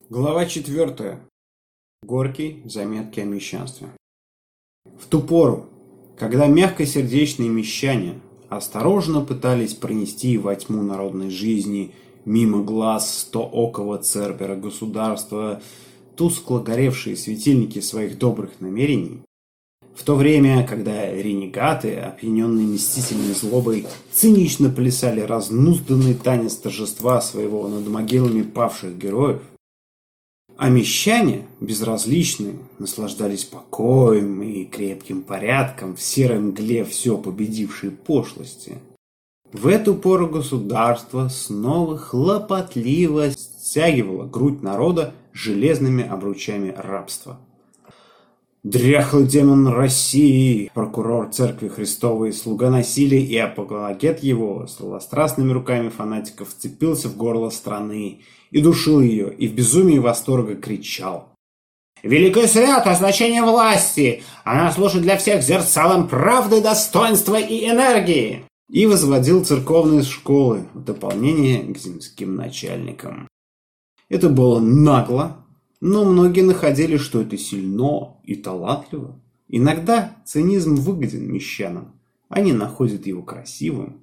Глава 4. Горький. Заметки о мещанстве. В ту пору, когда мягкосердечные мещане осторожно пытались пронести во тьму народной жизни мимо глаз стоокого цербера государства тускло горевшие светильники своих добрых намерений, в то время, когда ренегаты, опьяненные мстительной злобой, цинично плясали разнузданный танец торжества своего над могилами павших героев, а мещане, безразличные, наслаждались покоем и крепким порядком в серой мгле все победившей пошлости. В эту пору государство снова хлопотливо стягивало грудь народа железными обручами рабства. Дряхлый демон России, прокурор Церкви Христовой, слуга насилия и апологет его, сладострастными руками фанатиков вцепился в горло страны и душил ее, и в безумии восторга кричал: «Великое свято значение власти! Она служит для всех зерцалом правды, достоинства и энергии!» И возводил церковные школы в дополнение к земским начальникам. Это было нагло, но многие находили, что это сильно и талантливо. Иногда цинизм выгоден мещанам, они находят его красивым.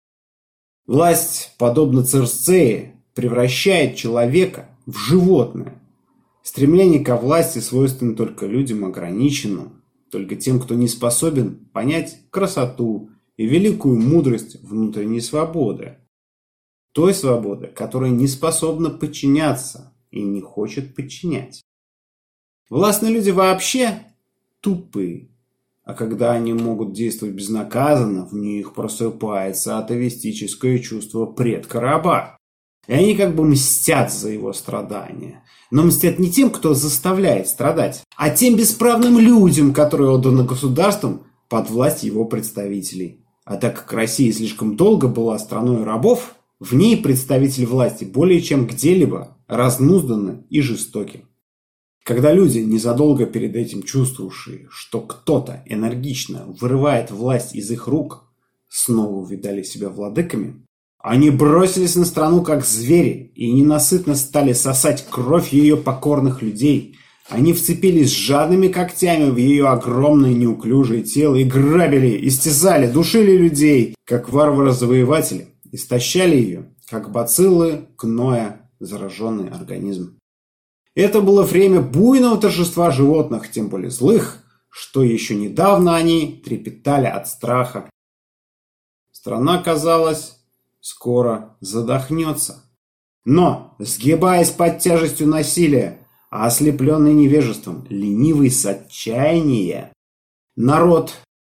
Власть, подобно Цирцее, превращает человека в животное. Стремление ко власти свойственно только людям ограниченным, только тем, кто не способен понять красоту и великую мудрость внутренней свободы. Той свободы, которая не способна подчиняться и не хочет подчинять. Властные люди вообще тупые, а когда они могут действовать безнаказанно, в них просыпается атовистическое чувство предка-раба. И они как бы мстят за его страдания. Но мстят не тем, кто заставляет страдать, а тем бесправным людям, которые отданы государством под власть его представителей. А так как Россия слишком долго была страной рабов, в ней представители власти более чем где-либо разнузданы и жестоки. Когда люди, незадолго перед этим чувствовавшие, что кто-то энергично вырывает власть из их рук, снова увидали себя владыками, они бросились на страну как звери и ненасытно стали сосать кровь ее покорных людей. Они вцепились жадными когтями в ее огромное неуклюжее тело и грабили, истязали, душили людей, как варвары-завоеватели, истощали ее, как бациллы гноя зараженный организм. Это было время буйного торжества животных, тем более злых, что еще недавно они трепетали от страха. Страна, казалось, скоро задохнется. Но, сгибаясь под тяжестью насилия, а ослепленный невежеством, ленивый с отчаяния, народ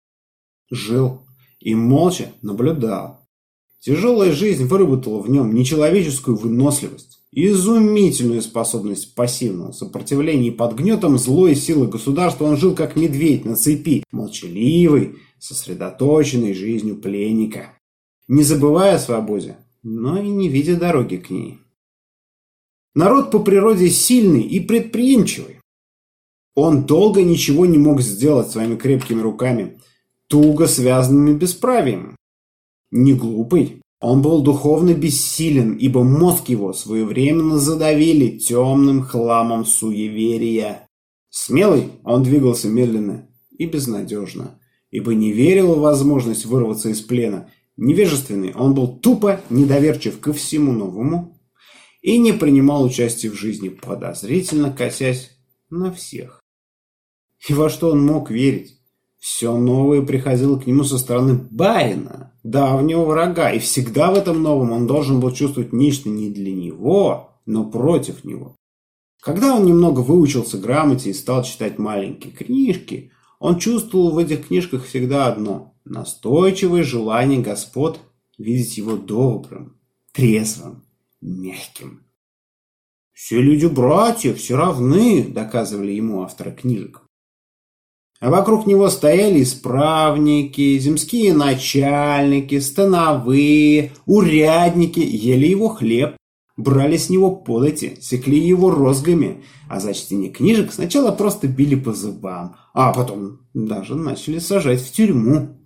жил и молча наблюдал. Тяжелая жизнь выработала в нем нечеловеческую выносливость и изумительную способность пассивного сопротивления, и под гнетом злой силы государства он жил как медведь на цепи, молчаливый, сосредоточенный жизнью пленника, не забывая о свободе, но и не видя дороги к ней. Народ по природе сильный и предприимчивый. Он долго ничего не мог сделать своими крепкими руками, туго связанными бесправием. Не глупый, он был духовно бессилен, ибо мозг его своевременно задавили темным хламом суеверия. Смелый, он двигался медленно и безнадежно, ибо не верил в возможность вырваться из плена. Невежественный, он был тупо недоверчив ко всему новому и не принимал участия в жизни, подозрительно косясь на всех. И во что он мог верить? Все новое приходило к нему со стороны барина, давнего врага, и всегда в этом новом он должен был чувствовать нечто не для него, но против него. Когда он немного выучился грамоте и стал читать маленькие книжки, он чувствовал в этих книжках всегда одно – настойчивое желание господ видеть его добрым, трезвым, мягким. «Все люди братья, все равны», – доказывали ему авторы книжек. А вокруг него стояли исправники, земские начальники, становые, урядники, ели его хлеб, брали с него подати, секли его розгами, а за чтение книжек сначала просто били по зубам, а потом даже начали сажать в тюрьму.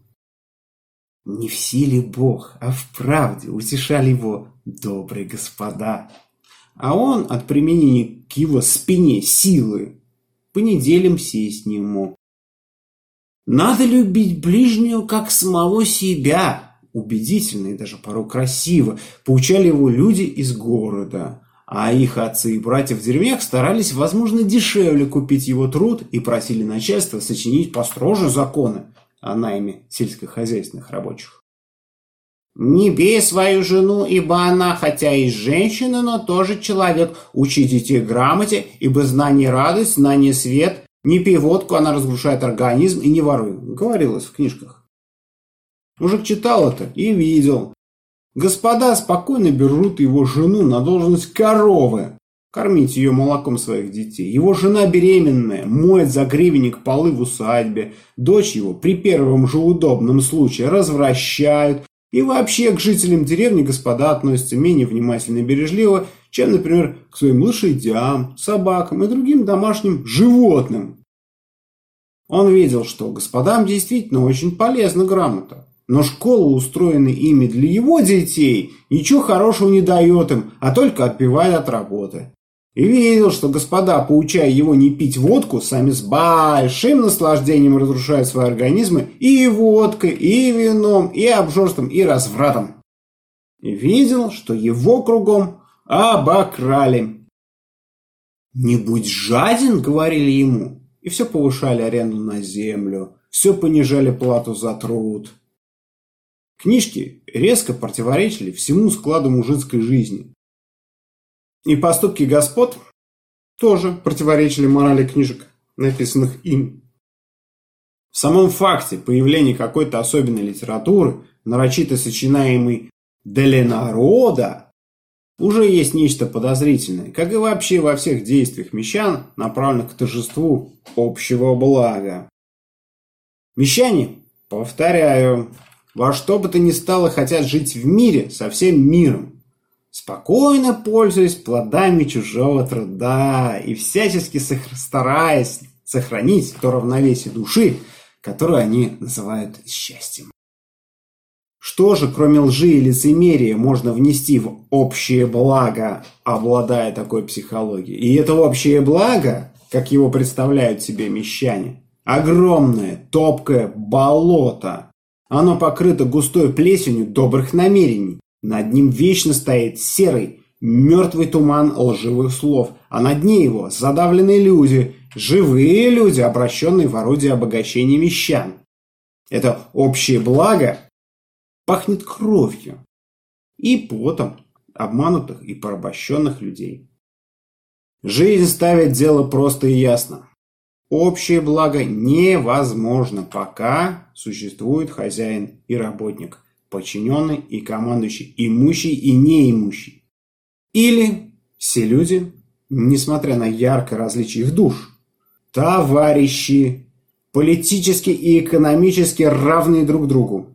Не в силе Бог, а в правде утешали его добрые господа. а он от применения к его спине силы по неделям сесть не мог. «Надо любить ближнего, как самого себя», убедительно и даже порой красиво поучали его люди из города, а их отцы и братья в деревнях старались, возможно, дешевле купить его труд и просили начальство сочинить построже законы о найме сельскохозяйственных рабочих. «Не бей свою жену, ибо она, хотя и женщина, но тоже человек. Учи детей грамоте, ибо знание радость, знание свет. Не пей водку, она разрушает организм, и не воруй», говорилось в книжках. Мужик читал это и видел. Господа спокойно берут его жену на должность коровы, кормить ее молоком своих детей. Его жена беременная, моет за гривенник полы в усадьбе. Дочь его при первом же удобном случае развращают. И вообще к жителям деревни господа относятся менее внимательно и бережливо, чем, например, к своим лошадям, собакам и другим домашним животным. Он видел, что господам действительно очень полезна грамота. Но школа, устроенная ими для его детей, ничего хорошего не дает им, а только отбивает от работы. И видел, что господа, поучая его не пить водку, сами с большим наслаждением разрушают свои организмы и водкой, и вином, и обжорством, и развратом. И видел, что его кругом обокрали. «Не будь жаден», — говорили ему, и все повышали аренду на землю, все понижали плату за труд. Книжки резко противоречили всему складу мужицкой жизни. И поступки господ тоже противоречили морали книжек, написанных им. В самом факте появления какой-то особенной литературы, нарочито сочинаемой для народа, уже есть нечто подозрительное, как и вообще во всех действиях мещан, направленных к торжеству общего блага. Мещане, повторяю, во что бы то ни стало хотят жить в мире со всем миром, спокойно пользуясь плодами чужого труда и всячески стараясь сохранить то равновесие души, которое они называют счастьем. Что же, кроме лжи и лицемерия, можно внести в общее благо, обладая такой психологией? И это общее благо, как его представляют себе мещане, огромное, топкое болото. Оно покрыто густой плесенью добрых намерений. Над ним вечно стоит серый, мертвый туман лживых слов, а на дне его задавленные люди, живые люди, обращенные в орудие обогащения мещан. Это общее благо пахнет кровью и потом обманутых и порабощенных людей. Жизнь ставит дело просто и ясно. Общее благо невозможно, пока существует хозяин и работник, подчиненный и командующий, имущий и неимущий. Или все люди, несмотря на яркое различие их душ, товарищи, политически и экономически равные друг другу.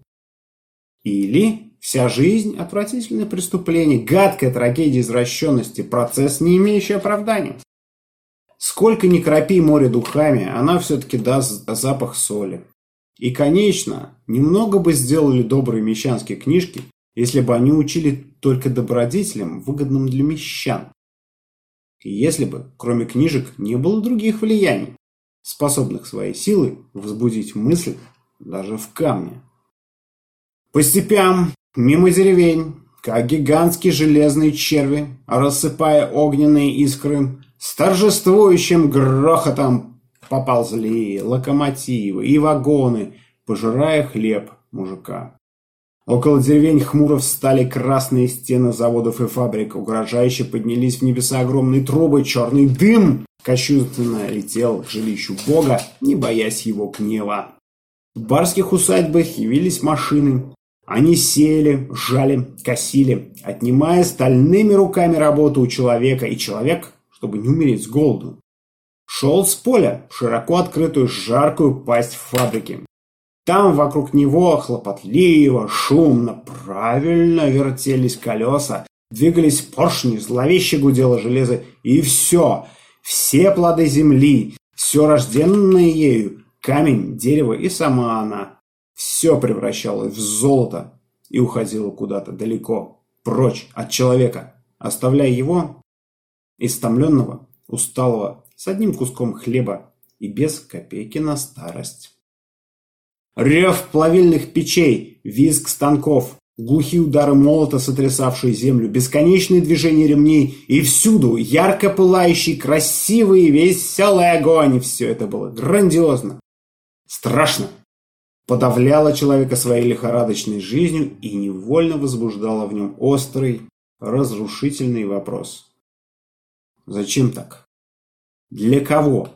Или вся жизнь – отвратительное преступление, гадкая трагедия извращенности, процесс, не имеющий оправдания. Сколько ни кропи море духами, она все-таки даст запах соли. И, конечно, немного бы сделали добрые мещанские книжки, если бы они учили только добродетелям, выгодным для мещан. И если бы, кроме книжек, не было других влияний, способных своей силой возбудить мысль даже в камне. По степям, мимо деревень, как гигантские железные черви, рассыпая огненные искры, с торжествующим грохотом поползли локомотивы и вагоны, пожирая хлеб мужика. Около деревень хмуро встали красные стены заводов и фабрик, угрожающе поднялись в небеса огромные трубы, черный дым кощунственно летел к жилищу Бога, не боясь его гнева. В барских усадьбах явились машины. Они сеяли, жали, косили, отнимая стальными руками работу у человека, и человек, чтобы не умереть с голоду, шел с поля в широко открытую жаркую пасть фабрики. Там вокруг него хлопотливо, шумно, правильно вертелись колеса, двигались поршни, зловеще гудело железо, и все плоды земли, все рожденное ею, камень, дерево и сама она, все превращалось в золото и уходило куда-то далеко, прочь от человека, оставляя его Истомленного, усталого, с одним куском хлеба и без копейки на старость. Рев плавильных печей, визг станков, глухие удары молота, сотрясавшие землю, бесконечные движения ремней и всюду ярко пылающий, красивый и веселый огонь. Все это было грандиозно, страшно, подавляло человека своей лихорадочной жизнью и невольно возбуждало в нем острый, разрушительный вопрос. Зачем так? Для кого?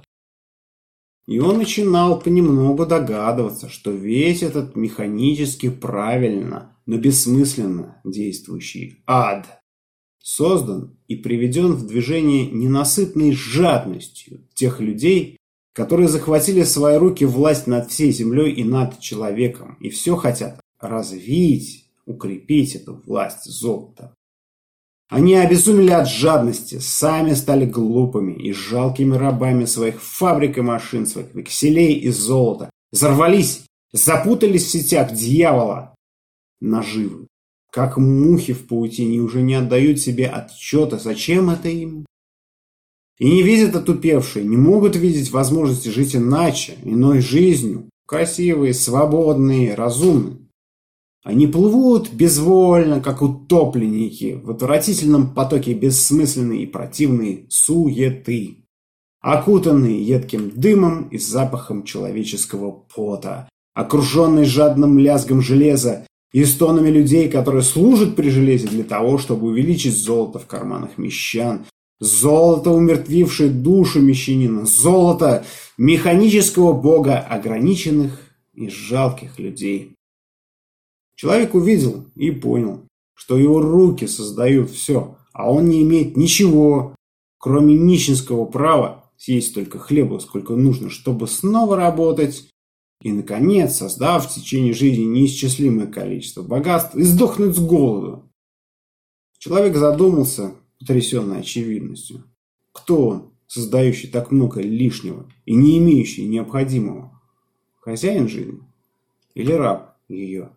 И он начинал понемногу догадываться, что весь этот механически правильно, но бессмысленно действующий ад создан и приведен в движение ненасытной жадностью тех людей, которые захватили в свои руки власть над всей землей и над человеком, и все хотят развить, укрепить эту власть золота. Они обезумели от жадности, сами стали глупыми и жалкими рабами своих фабрик и машин, своих векселей и золота. Взорвались, запутались в сетях дьявола. Наживы, как мухи в паутине, уже не отдают себе отчета, зачем это им. И не видят отупевшие, не могут видеть возможности жить иначе, иной жизнью, красивые, свободные, разумные. Они плывут безвольно, как утопленники, в отвратительном потоке бессмысленной и противной суеты, окутанные едким дымом и запахом человеческого пота, окруженные жадным лязгом железа и стонами людей, которые служат при железе для того, чтобы увеличить золото в карманах мещан, золото, умертвившее душу мещанина, золото механического бога ограниченных и жалких людей. Человек увидел и понял, что его руки создают все, а он не имеет ничего, кроме нищенского права съесть столько хлеба, сколько нужно, чтобы снова работать, и, наконец, создав в течение жизни неисчислимое количество богатств, и сдохнуть с голоду. Человек задумался, потрясенный очевидностью. Кто он, создающий так много лишнего и не имеющий необходимого? Хозяин жизни или раб ее?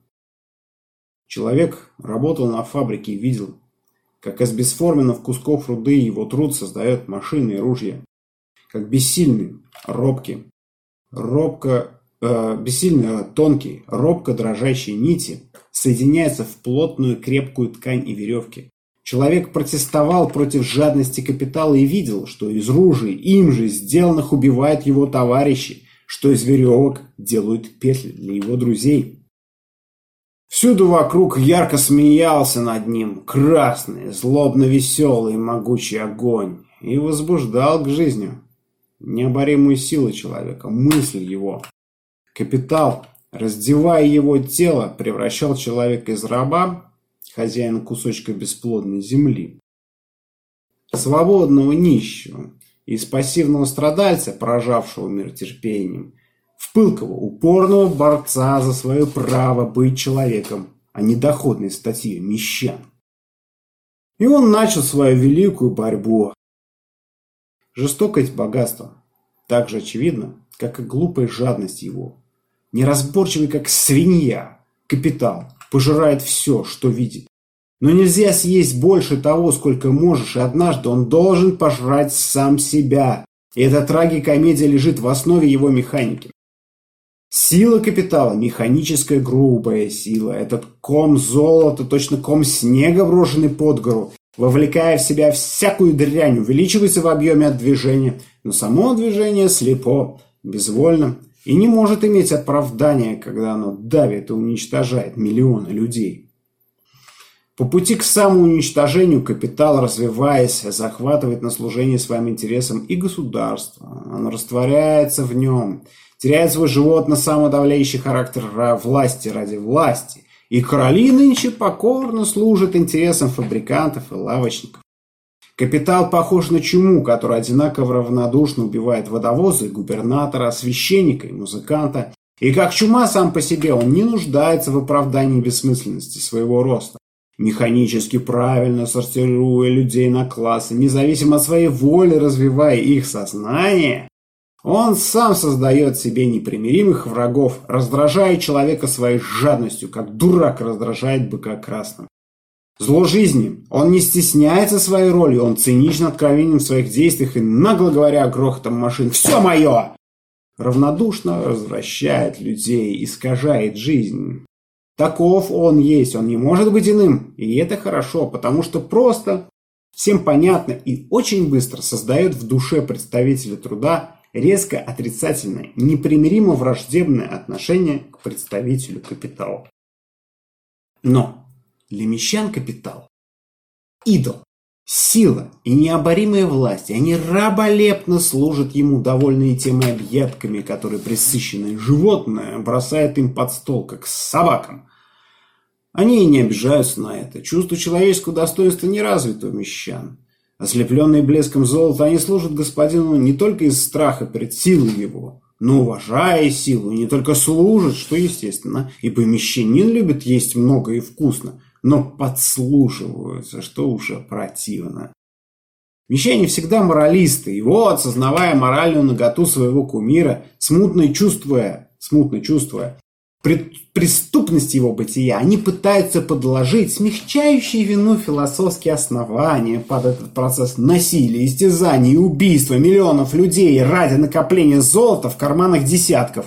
Человек работал на фабрике и видел, как из бесформенных кусков руды его труд создает машины и ружья, как бессильные, тонкие, робко дрожащие нити соединяются в плотную крепкую ткань и веревки. Человек протестовал против жадности капитала и видел, что из ружей, им же сделанных, убивают его товарищи, что из веревок делают петли для его друзей. Всюду вокруг ярко смеялся над ним красный, злобно-веселый, могучий огонь и возбуждал к жизни необоримую силу человека, мысль его. Капитал, раздевая его тело, превращал человека из раба, хозяина кусочка бесплодной земли, свободного нищего, из пассивного страдальца, поражавшего мир терпением, в пылкого, упорного борца за свое право быть человеком, а не доходной статьей мещан. И он начал свою великую борьбу. Жестокость богатства так же очевидна, как и глупая жадность его. Неразборчивый, как свинья, капитал пожирает все, что видит. Но нельзя съесть больше того, сколько можешь, и однажды он должен пожрать сам себя. И эта трагикомедия лежит в основе его механики. Сила капитала, механическая грубая сила, этот ком золота, точно ком снега, брошенный под гору, вовлекая в себя всякую дрянь, увеличивается в объеме от движения, но само движение слепо, безвольно и не может иметь оправдания, когда оно давит и уничтожает миллионы людей. По пути к самоуничтожению капитал, развиваясь, захватывает на служение своим интересам и государство. Оно растворяется в нем, теряет свой животно-самодавляющий характер власти ради власти. И короли нынче покорно служат интересам фабрикантов и лавочников. Капитал похож на чуму, которая одинаково равнодушно убивает водовоза и губернатора, священника и музыканта. И как чума сам по себе, он не нуждается в оправдании бессмысленности своего роста. Механически правильно сортируя людей на классы, независимо от своей воли, развивая их сознание, он сам создает себе непримиримых врагов, раздражая человека своей жадностью, как дурак раздражает быка красным. Зло жизни. Он не стесняется своей роли, он цинично откровенен в своих действиях и, нагло говоря грохотом машин «Все мое!» равнодушно развращает людей, искажает жизнь. Таков он есть, он не может быть иным. И это хорошо, потому что просто, всем понятно и очень быстро создает в душе представителя труда резко отрицательное, непримиримо враждебное отношение к представителю капитала. Но для мещан капитал – идол, сила и необоримая власть, и они раболепно служат ему, довольные теми объедками, которые пресыщенное животное бросает им под стол, как собакам. Они и не обижаются на это. Чувство человеческого достоинства не развито у мещан. Ослепленные блеском золота, они служат господину не только из страха перед силой его, но уважая силу, и не только служат, что естественно, ибо мещанин любит есть много и вкусно, но подслушиваются, что уже противно. Мещане всегда моралисты, и вот, осознавая моральную наготу своего кумира, смутно чувствуя преступность его бытия, они пытаются подложить смягчающие вину философские основания под этот процесс насилия, истязаний и убийства миллионов людей ради накопления золота в карманах десятков.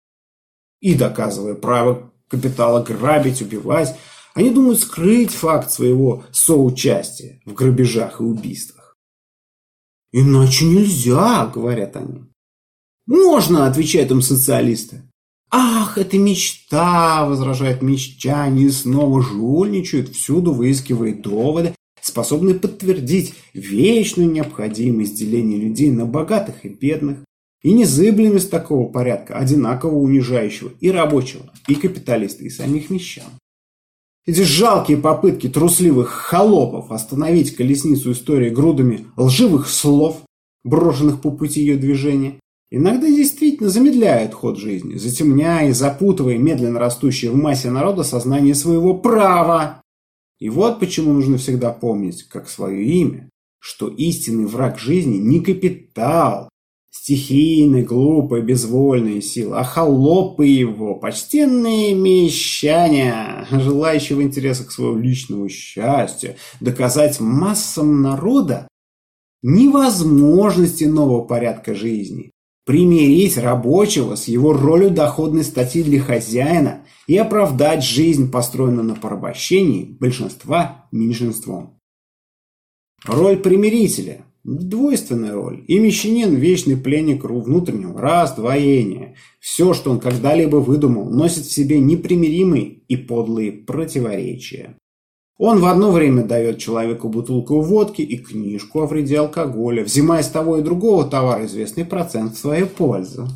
И доказывая право капитала грабить, убивать, они думают скрыть факт своего соучастия в грабежах и убийствах. «Иначе нельзя», — говорят они. «Можно», — отвечают им социалисты. «Ах, это мечта», — возражают мещане, и снова жульничают, всюду выискивая доводы, способные подтвердить вечную необходимость деления людей на богатых и бедных, и незыблемость такого порядка, одинаково унижающего и рабочего, и капиталиста, и самих мещан. Эти жалкие попытки трусливых холопов остановить колесницу истории грудами лживых слов, брошенных по пути ее движения, иногда действительно замедляют ход жизни, затемняя и запутывая медленно растущее в массе народа сознание своего права. И вот почему нужно всегда помнить, как свое имя, что истинный враг жизни не капитал, стихийная, глупая, безвольная сила, а холопы его, почтенные мещане, желающие в интересах своего личного счастья доказать массам народа невозможность иного порядка жизни, примирить рабочего с его ролью доходной статьи для хозяина и оправдать жизнь, построенную на порабощении большинства меньшинством. Роль примирителя – двойственная роль, и мещанин – вечный пленник внутреннего раздвоения. Все, что он когда-либо выдумал, носит в себе непримиримые и подлые противоречия. Он в одно время дает человеку бутылку водки и книжку о вреде алкоголя, взимая с того и другого товара известный процент в свою пользу.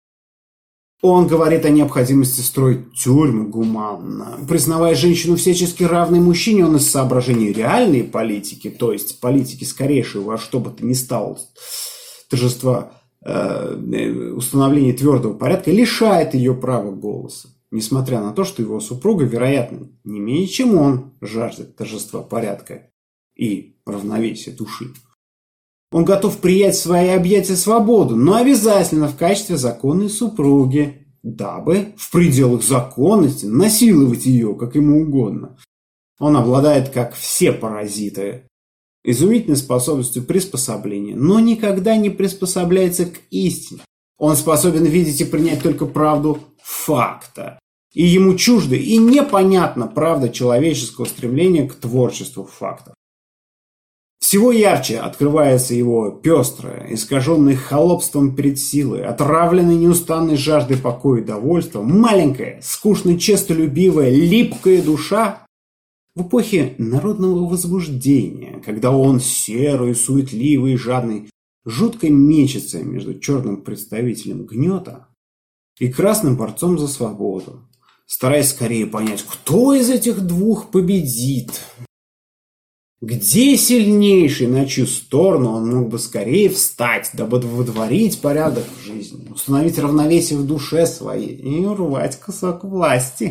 Он говорит о необходимости строить тюрьмы гуманно. Признавая женщину всячески равной мужчине, он из соображений реальной политики, то есть политики скорейшего во что бы то ни стало торжества установления твердого порядка, лишает ее права голоса. Несмотря на то, что его супруга, вероятно, не менее чем он, жаждет торжества порядка и равновесия души. Он готов принять в свои объятия свободу, но обязательно в качестве законной супруги, дабы в пределах законности насиловать ее, как ему угодно. Он обладает, как все паразиты, изумительной способностью приспособления, но никогда не приспособляется к истине. Он способен видеть и принять только правду факта. И ему чужда и непонятна правда человеческого стремления к творчеству фактов. Всего ярче открывается его пестрая, искаженная холопством перед силой, отравленная неустанной жаждой покоя и довольства, маленькая, скучно честолюбивая, липкая душа в эпохе народного возбуждения, когда он серый, суетливый и жадный, жутко мечется между черным представителем гнета и красным борцом за свободу, стараясь скорее понять, кто из этих двух победит. Где сильнейший, на чью сторону он мог бы скорее встать, дабы водворить порядок в жизни, установить равновесие в душе своей и урвать кусок власти.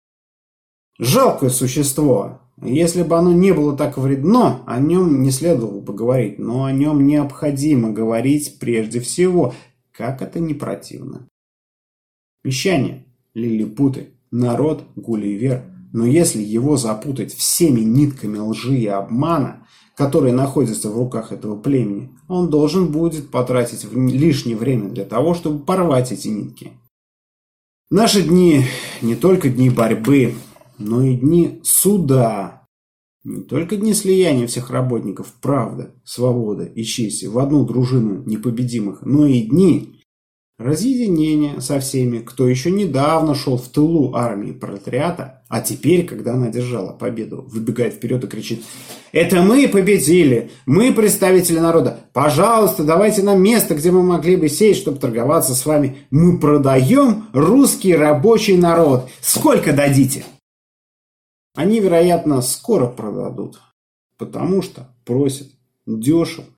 Жалкое существо. Если бы оно не было так вредно, о нем не следовало бы говорить, но о нем необходимо говорить прежде всего, как это не противно. Мещане, лилипуты, народ, гулливер Но если его запутать всеми нитками лжи и обмана, которые находятся в руках этого племени, он должен будет потратить лишнее время для того, чтобы порвать эти нитки. Наши дни не только дни борьбы, но и дни суда. Не только дни слияния всех работников правды, свободы и чести в одну дружину непобедимых, но и дни разъединения со всеми, кто еще недавно шел в тылу армии пролетариата, а теперь, когда она одержала победу, выбегает вперед и кричит: «Это мы победили! Мы представители народа! Пожалуйста, давайте нам место, где мы могли бы сесть, чтобы торговаться с вами! Мы продаем русский рабочий народ! Сколько дадите?» Они, вероятно, скоро продадут, потому что просят дешево